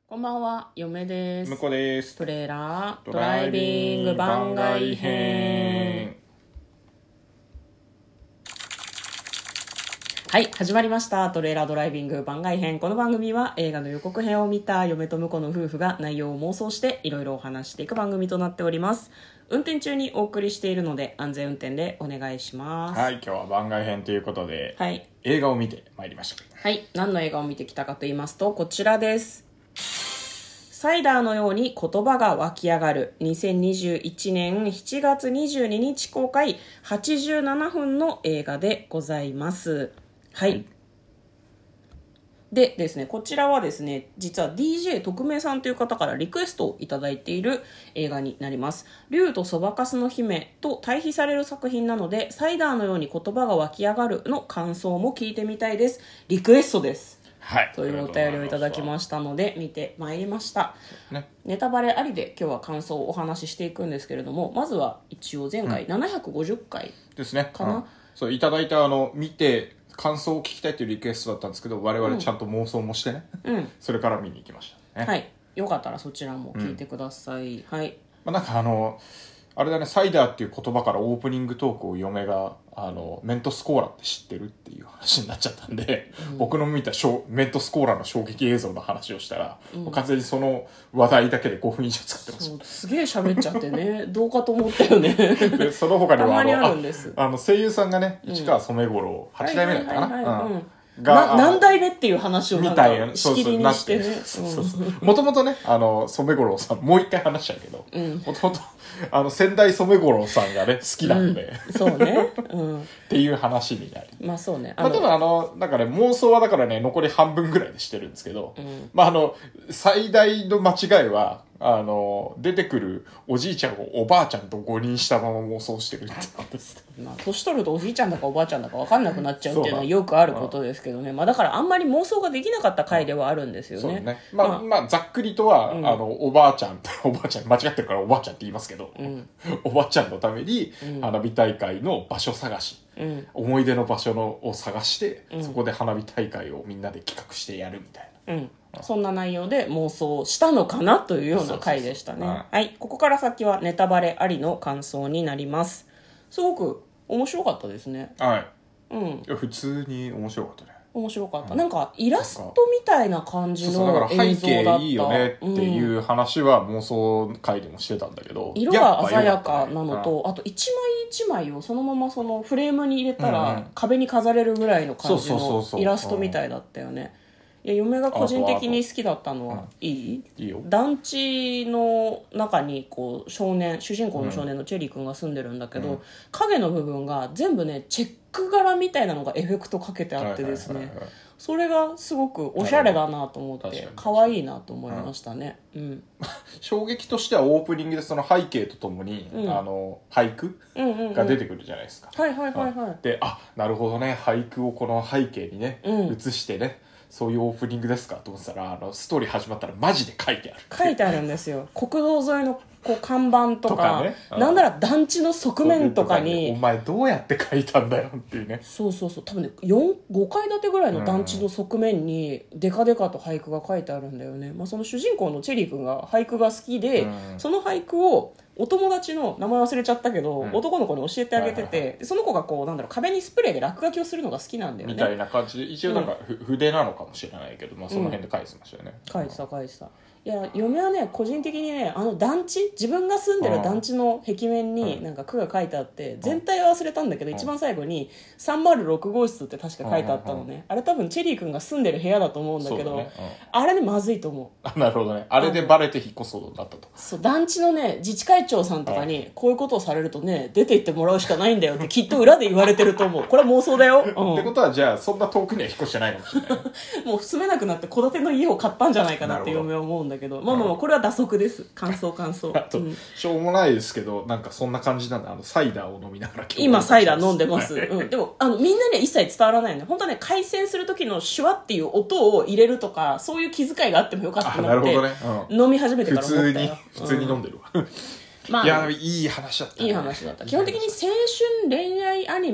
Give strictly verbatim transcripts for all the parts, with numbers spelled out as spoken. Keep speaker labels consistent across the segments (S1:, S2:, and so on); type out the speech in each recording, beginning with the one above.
S1: こんばんは、嫁です。
S2: 向こうです。
S1: トレーラードライビング番外編。はい、始まりました。トレーラードライビング番外編。この番組は映画の予告編を見た嫁と婿の夫婦が内容を妄想していろいろお話していく番組となっております。運転中にお送りしているので安全運転でお願いします。
S2: はい、今日は番外編ということで、
S1: はい、
S2: 映画を見てまいりました。
S1: はい、何の映画を見てきたかと言いますと、こちらです。サイダーのように言葉が湧き上がるにせんにじゅういちねんしちがつにじゅうににち公開はちじゅうななふんの映画でございます。はい、はい、でですね、こちらはですね、実は ディージェー 特命さんという方からリクエストをいただいている映画になります。竜とそばかすの姫と対比される作品なので、サイダーのように言葉が湧き上がるの感想も聞いてみたいです。リクエストです。
S2: はい、
S1: というお便りをいただきましたので見てまいりました、ね、ネタバレありで今日は感想をお話ししていくんですけれども、まずは一応前回ななひゃくごじゅっかい
S2: ですね
S1: かな、うん、
S2: そういただいたあの見て感想を聞きたいというリクエストだったんですけど、我々ちゃんと妄想もしてね、うん、それから見に行きましたね。
S1: はい、よかったらそちらも聞いてください、うん、はい、
S2: まあ、なんかあのあれだね、サイダーっていう言葉からオープニングトークを嫁があのメントスコーラって知ってるっていう話になっちゃったんで、うん、僕の見たメントスコーラの衝撃映像の話をしたら、うん、完全にその話題だけでごふん以上使ってました。
S1: すげえ喋っちゃってねどうかと思ったよね
S2: でその他にはあの
S1: あるんです。
S2: あの声優さんがね、市川染五郎はちだいめだったかな、
S1: な何代目っていう話をなんかしきりにしてね、
S2: もともとねあの染五郎さんもう一回話しちゃうけど、もともとあの先代染五郎さんがね好きなので、
S1: うん、そうね、うん、
S2: っていう話になり、
S1: まあそうね、
S2: あの、まあ、ただあのなんかね妄想はだからね残り半分ぐらいでしてるんですけど、うん、まああの最大の間違いはあの出てくるおじいちゃんをおばあちゃんと誤認したまま妄想してるってなんです。
S1: まあ年取るとおじいちゃんだかおばあちゃんだか分かんなくなっちゃうっていうのはよくあることですけどね、まあだからあんまり妄想ができなかった回ではあるんですよね。そうね、
S2: まあ、まあ、まあざっくりとは、うん、あのおばあちゃんおばあちゃん間違ってるからおばあちゃんって言いますけど、うん、おばあちゃんのために、うん、花火大会の場所探し、うん、思い出の場所のを探して、うん、そこで花火大会をみんなで企画してやるみたいな、うん、
S1: そんな内容で妄想したのかなというような回でしたね。そうそうそう、はい、ここから先はネタバレありの感想になります。すごく面白かったですね。
S2: はい、うん、いや普通に面白かったね。
S1: 面白かった、うん、なんかイラストみたいな感じの映像だった。
S2: そうそう、だから背景いいよねっていう話は妄想回でもしてたんだけど、
S1: 色が鮮やかなのと、あと一枚一枚をそのままそのフレームに入れたら壁に飾れるぐらいの感じのイラストみたいだったよね。いや嫁が個人的に好きだったのは、いい？
S2: いいよ。団
S1: 地の中にこう少年主人公の少年のチェリー君が住んでるんだけど、うん、影の部分が全部ねチェック柄みたいなのがエフェクトかけてあってですね、それがすごくおしゃれだなと思って可愛いなと思いましたね、うん、
S2: 衝撃としてはオープニングでその背景とともに、うん、あの俳句が出てくるじゃないですか、
S1: はいはいはいはい。
S2: で、あ、なるほどね、俳句をこの背景にね、うん、映してね、そういうオープニングですかと思ってたら、あのストーリー始まったらマジで書いてある
S1: 書いてあるんですよ。国道沿いのこう看板と か, とか、ね、うん、なんなら団地の側面とかに
S2: お前どうやって書いたんだよっていうね。
S1: そうそうそう、多分ねごかい建てぐらいの団地の側面にデカデカと俳句が書いてあるんだよね、まあ、その主人公のチェリー君が俳句が好きで、うん、その俳句をお友達の名前忘れちゃったけど、うん、男の子に教えてあげてて、はいはいはい、でその子がこうなんだろう壁にスプレーで落書きをするのが好きなんだよね
S2: みたいな感じで、一応なんか、うん、筆なのかもしれないけど、まあ、その辺で書いてましたよね、
S1: うん、書いてた書いてた。いや嫁はね個人的にねあの団地自分が住んでる団地の壁面になんか句が書いてあって全体は忘れたんだけど一番最後にさんまるろく号室って確か書いてあったのね。あれ多分チェリー君が住んでる部屋だと思うんだけど、ね、うん、あれねまずいと思う。
S2: あ、なるほどね。あれでバレて引っ越すことになったと。
S1: そう、団地のね自治会長さんとかにこういうことをされるとね出て行ってもらうしかないんだよってきっと裏で言われてると思う。これは妄想だよ、うん、
S2: ってことはじゃあそんな遠くには引っ越してないかもしれない
S1: もう住めなくなって戸建ての家を買ったんじゃないかなって嫁は思うんだけど、まあまあまあこれは打足です。感想感想。
S2: あと、うん、しょうもないですけどなんかそんな感じなんで、あのサイダーを飲みながら
S1: 今サイダー飲んでます、うん、でもあのみんなには一切伝わらないよね。本当はね回線する時のシュワっていう音を入れるとかそういう気遣いがあってもよかったなって、ね、うん、飲み始めてから思ったよ。
S2: 普通に普通に飲んでるわ、うんまあ、いやいい話だった、ね、
S1: いい話だった。基本的に青春恋愛アニメ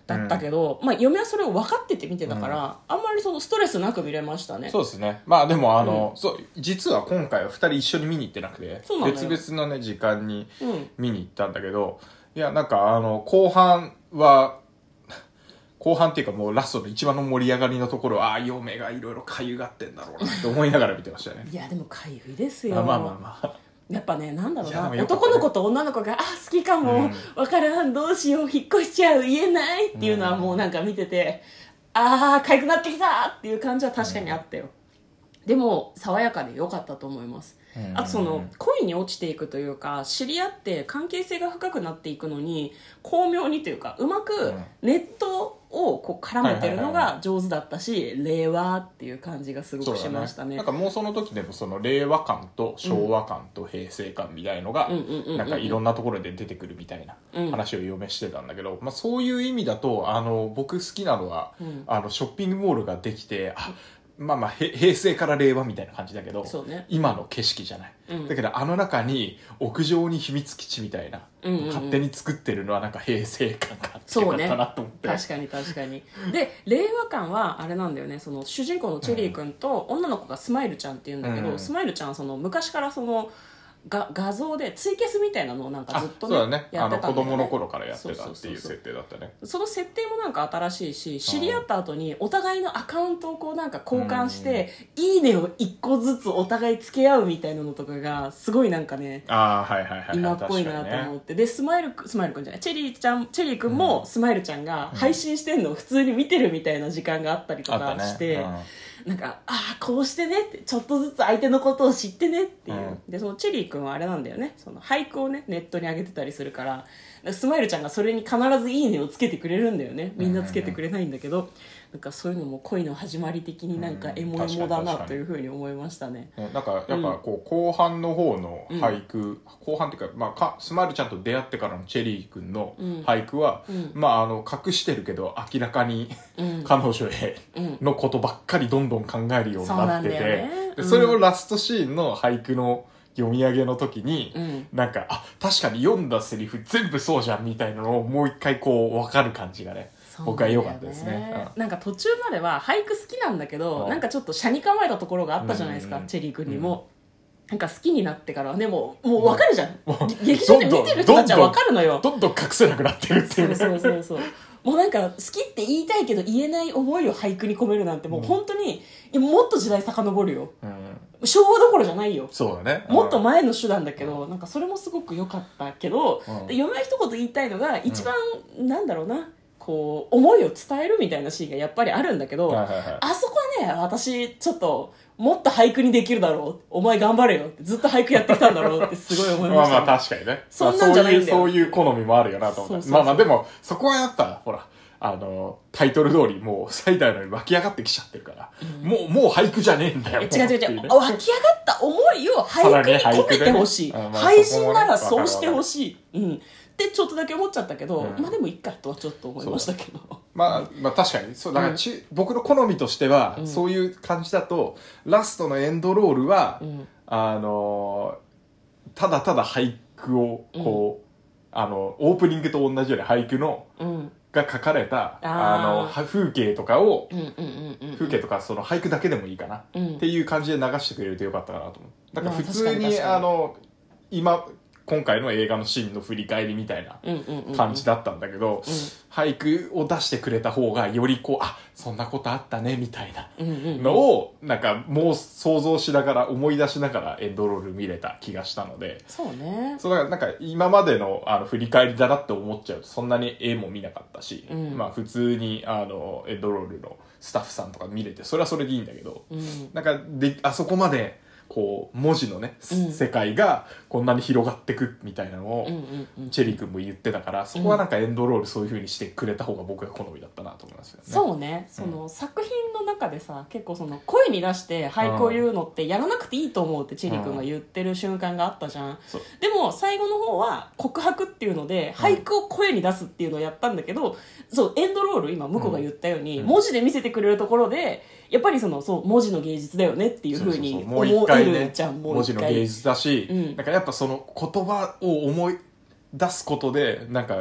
S1: だったけど、うん、まあ嫁はそれを分かってて見てたから、うん、あんまりそのストレスなく見れましたね。
S2: そうですね。まあでもあの、うん、そう実は今回はふたり一緒に見に行ってなくて、別々のね時間に見に行ったんだけど、うん、いやなんかあの後半は後半っていうかもうラストの一番の盛り上がりのところは、ああ嫁がいろいろかゆがってんだろうなって思いながら見てましたね。
S1: いやでもかゆいですよ。
S2: まあまあまあまあ。
S1: やっぱね、なんだろうな、男の子と女の子が、あ、好きかも、わ、うん、からん、どうしよう、引っ越しちゃう、言えないっていうのはもうなんか見てて、うん、あー、かゆくなってきたっていう感じは確かにあったよ。うん、でも、爽やかで良かったと思います。うん、あとその、恋に落ちていくというか、知り合って関係性が深くなっていくのに、巧妙にというか、うまくネットをこう絡めてるのが上手だったし、令和っていう感じがすごくしましたね。
S2: なんかもうその時でもその令和感と昭和感と平成感みたいのがなんかいろんなところで出てくるみたいな話を嫁してたんだけど、まあ、そういう意味だとあの僕好きなのは、うん、あのショッピングモールができて、あまあまあ平成から令和みたいな感じだけど、ね、今の景色じゃない、うん、だけどあの中に屋上に秘密基地みたいな、うんうんうん、勝手に作ってるのはなんか平成感があってよかったなと思って、
S1: ね、確かに確かにで令和感はあれなんだよね、その主人公のチェリー君と女の子がスマイルちゃんっていうんだけど、うん、スマイルちゃんはその昔からそのが画像でツイキャスみたいなのをなんかずっと ね,
S2: そうだね、やってたんだよね。あの子供の頃からやってたっていう設定だったね。
S1: その設定もなんか新しいし、知り合った後にお互いのアカウントをこうなんか交換していいねを一個ずつお互いつけ合うみたいなのとかがすごいなんかね、
S2: あ、はいはいはい、
S1: 今っぽいなと思って、ね、でスマイルスマイルくんじゃないチェリーちゃんチェリーくんもスマイルちゃんが配信してんのを普通に見てるみたいな時間があったりとかして、うんなんかああこうしてねってちょっとずつ相手のことを知ってねっていう、うん、でそのチェリー君はあれなんだよね、その俳句をねネットに上げてたりするからスマイルちゃんがそれに必ずいいねをつけてくれるんだよね。みんなつけてくれないんだけど、うんうんうん、なんかそういうのも恋の始まり的になんかエモエモだなというふうに思いましたね。
S2: なんかやっぱこう後半の方の俳句、うん、後半っていうか、まあ、かスマイルちゃんと出会ってからのチェリー君の俳句は、うん、まああの隠してるけど明らかに、うん、彼女へのことばっかりどんどん考えるようになってて、 そ, ねうん、でそれをラストシーンの俳句の読み上げの時に、うん、なんかあ確かに読んだセリフ全部そうじゃんみたいなのをもう一回こう分かる感じがね、僕は良かったですね、
S1: うん、なんか途中までは俳句好きなんだけど、うん、なんかちょっと車に構えたところがあったじゃないですか、うん、チェリー君にも、うん、なんか好きになってからはねもうもう分かるじゃん、うん、劇場で見てる人たちは分かるのよ、
S2: どんどん隠せなくなってるっていう、ね、
S1: そうそうそうそうもうなんか好きって言いたいけど言えない思いを俳句に込めるなんてもう本当に、うん、もっと時代遡るよ、うん、昭和どころじゃないよ、
S2: そうだね、
S1: もっと前の手段だけど、うん、なんかそれもすごく良かったけど、うん、で嫁は一言言いたいのが一番、うん、なんだろうなこう思いを伝えるみたいなシーンがやっぱりあるんだけど、はいはいはい、あそこはね私ちょっともっと俳句にできるだろう、お前頑張れよってずっと俳句やってきたんだろうってすごい思いました、ね、
S2: まあまあ確かにね、
S1: そんなんじゃないんだよ、
S2: まあ、そういうそういう好みもあるよなと思って、そうそうそう、まあまあでもそこはやっぱほらあのタイトル通りもう最大のように湧き上がってきちゃってるから、うん、もうもう俳句じゃねえんだよ、
S1: 違う違う違う、ね、湧き上がった思いを俳句に込めてほしい、ねね、俳人ならそうしてほしい、うん、ってちょっとだけ思っちゃったけど、うん、まあでもいいかとはちょっと思いましたけど、
S2: まあ、まあ確かにそうだからち、うん、僕の好みとしては、うん、そういう感じだとラストのエンドロールは、うん、あのただただ俳句をこう、うん、あのオープニングと同じように俳句の、うんが書かれたあの風景とかを、うんうんうんうん、風景とかその俳句だけでもいいかな、うん、っていう感じで流してくれるとよかったかなと思う。だから普通にあの今今回の映画のシーンの振り返りみたいな感じだったんだけど、うんうんうんうん、俳句を出してくれた方がよりこうあそんなことあったねみたいなのをなんかもう想像しながら思い出しながらエンドロール見れた気がしたので、
S1: そうね、
S2: そうだからなんか今までのあの振り返りだなって思っちゃうとそんなに絵も見なかったし、うん、まあ普通にあのエンドロールのスタッフさんとか見れてそれはそれでいいんだけど、うん、なんかであそこまでこう文字のね、うん、世界がこんなに広がってくみたいなのを、うんうんうん、チェリー君も言ってたからそこはなんかエンドロールそういう風にしてくれた方が僕は好みだったなと思いますよね。
S1: そうね、その、うん、作品の中でさ結構その声に出して俳句を言うのってやらなくていいと思うってチェリー君が言ってる瞬間があったじゃん、うん、でも最後の方は告白っていうので俳句を声に出すっていうのをやったんだけど、うん、そうエンドロール今向こうが言ったように、うん、文字で見せてくれるところでやっぱりそのそう文字の芸術だよねっていう風に思えるじゃん。
S2: 文字の芸術だし、うん、なんかやっぱその言葉を思い出すことでなんか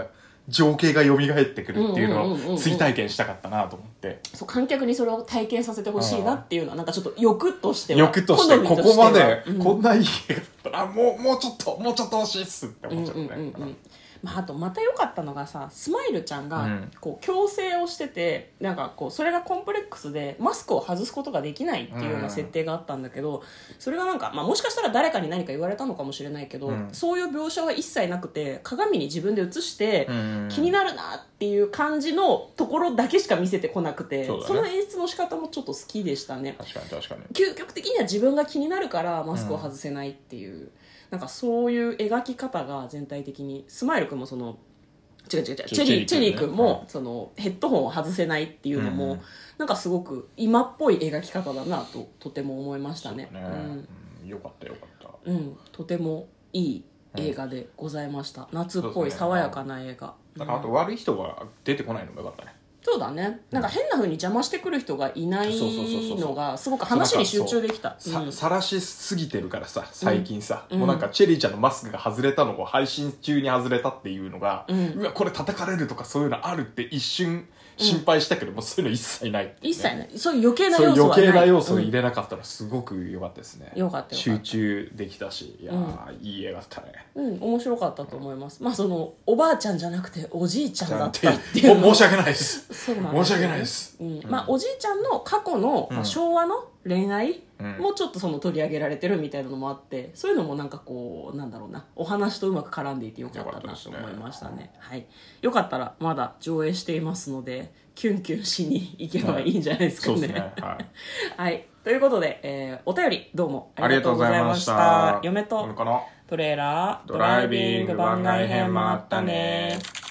S2: 情景が蘇ってくるっていうの
S1: うんうんうんうんうん
S2: を追体験したかったなと思って、
S1: そう観客にそれを体験させてほしいなっていうのはなんかちょっと欲としては
S2: 欲としてここまで
S1: うん
S2: こんないい映画だったら、あもうもうちょっともうちょっと欲しいっすって思っちゃったね、
S1: うんうんうんうんまあ、あとまた良かったのがさスマイルちゃんが
S2: うん
S1: こう矯正をしててなんかこうそれがコンプレックスでマスクを外すことができないっていうような設定があったんだけど、それがなんか、まあ、もしかしたら誰かに何か言われたのかもしれないけど、
S2: うん
S1: そういう描写は一切なくて鏡に自分で映して
S2: うん
S1: 気になるなっていう感じのところだけしか見せてこなくて、
S2: そうだね
S1: その演出の仕方もちょっと好きでしたね。
S2: 確かに確かに
S1: 究極的には自分が気になるからマスクを外せないっていう、うん、なんかそういう描き方が全体的にスマイル君もその違う違う違うチェリーチェリー君もそのヘッドホンを外せないっていうのも、うん、なんかすごく今っぽい描き方だなととても思いましたね。
S2: そうだね、うん、よかったよかった、
S1: うん、とてもいい映画でございました、うん、夏っぽい爽やかな映画、
S2: うん、なんかあと悪い人が出てこないのもよかったね。
S1: そうだね、なんか変な風に邪魔してくる人がいないのがすごく話に集中できた。
S2: さらしすぎてるからさ最近さ、
S1: うん、
S2: もうなんかチェリーちゃんのマスクが外れたのを配信中に外れたっていうのが、うん、うわこれ叩かれるとかそういうのあるって一瞬心配したけども、うん、そういうの一切ないって、ね、
S1: 一切ない。そういう余計な要素はない。
S2: そういう余計な要素を入れなかったらすごく良かったですね。
S1: 良かったよ。
S2: 集中できたし、いやー、うん、いい映画だったね。
S1: うん面白かったと思います。まあそのおばあちゃんじゃなくておじいちゃんだったっていう
S2: 申し訳ないです。
S1: そうなんです、
S2: 申し訳ないです。
S1: うん、まあおじいちゃんの過去の、まあ、昭和の恋愛もちょっとその取り上げられてるみたいなのもあって、そういうのもなんかこうなんだろうなお話とうまく絡んでいてよかったなと思いましたね。はい、よかったらまだ上映していますのでキュンキュンしに行けばいいんじゃないですかね。はい、そうですね。はい、はい、ということで、えー、お便りどうもありがとうございました。嫁とトレーラードライビング番外編もあったね。